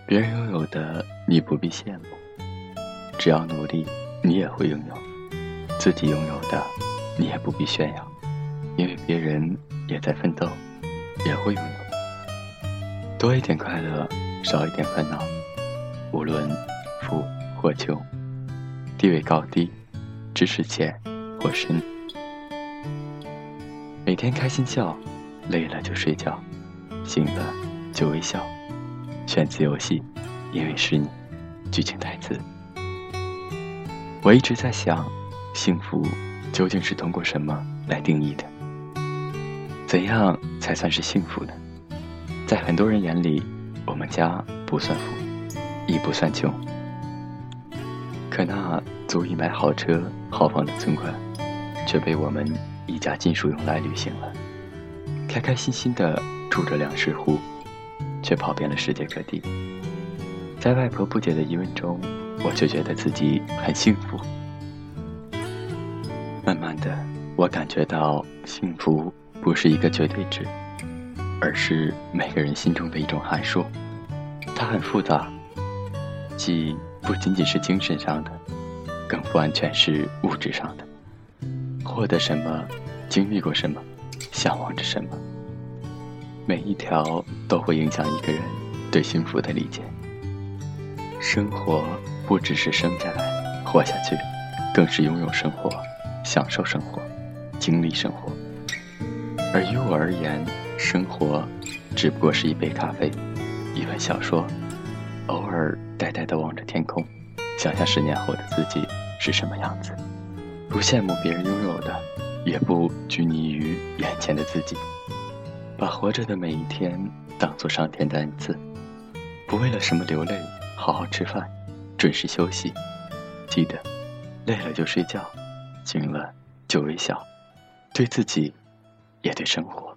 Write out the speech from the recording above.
别人拥有的你不必羡慕，只要努力你也会拥有。自己拥有的你也不必炫耀，因为别人也在奋斗，也会拥有。多一点快乐，少一点烦恼，无论富或穷，地位高低，知识浅或深。每天开心笑，累了就睡觉，醒了就微笑。选择游戏，因为是你。剧情台词。我一直在想，幸福究竟是通过什么来定义的？怎样才算是幸福呢？在很多人眼里，我们家不算富，亦不算穷，可那足以买好车豪房的存款，却被我们一家尽数用来旅行了。开开心心地住着2室户，却跑遍了世界各地。在外婆不解的疑问中，我就觉得自己很幸福。慢慢的，我感觉到幸福不是一个绝对值，而是每个人心中的一种函数。它很复杂，既不仅仅是精神上的，更不完全是物质上的。获得什么，经历过什么，向往着什么，每一条都会影响一个人对幸福的理解。生活不只是生下来活下去，更是拥有生活，享受生活，经历生活。而于我而言，生活只不过是一杯咖啡，一本小说，偶尔呆呆地望着天空，想象10年后的自己是什么样子。不羡慕别人拥有的，也不拘泥于眼前的自己，把活着的每一天当作上天的恩赐，不为了什么流泪，好好吃饭，准时休息，记得累了就睡觉，醒了就微笑，对自己也对生活。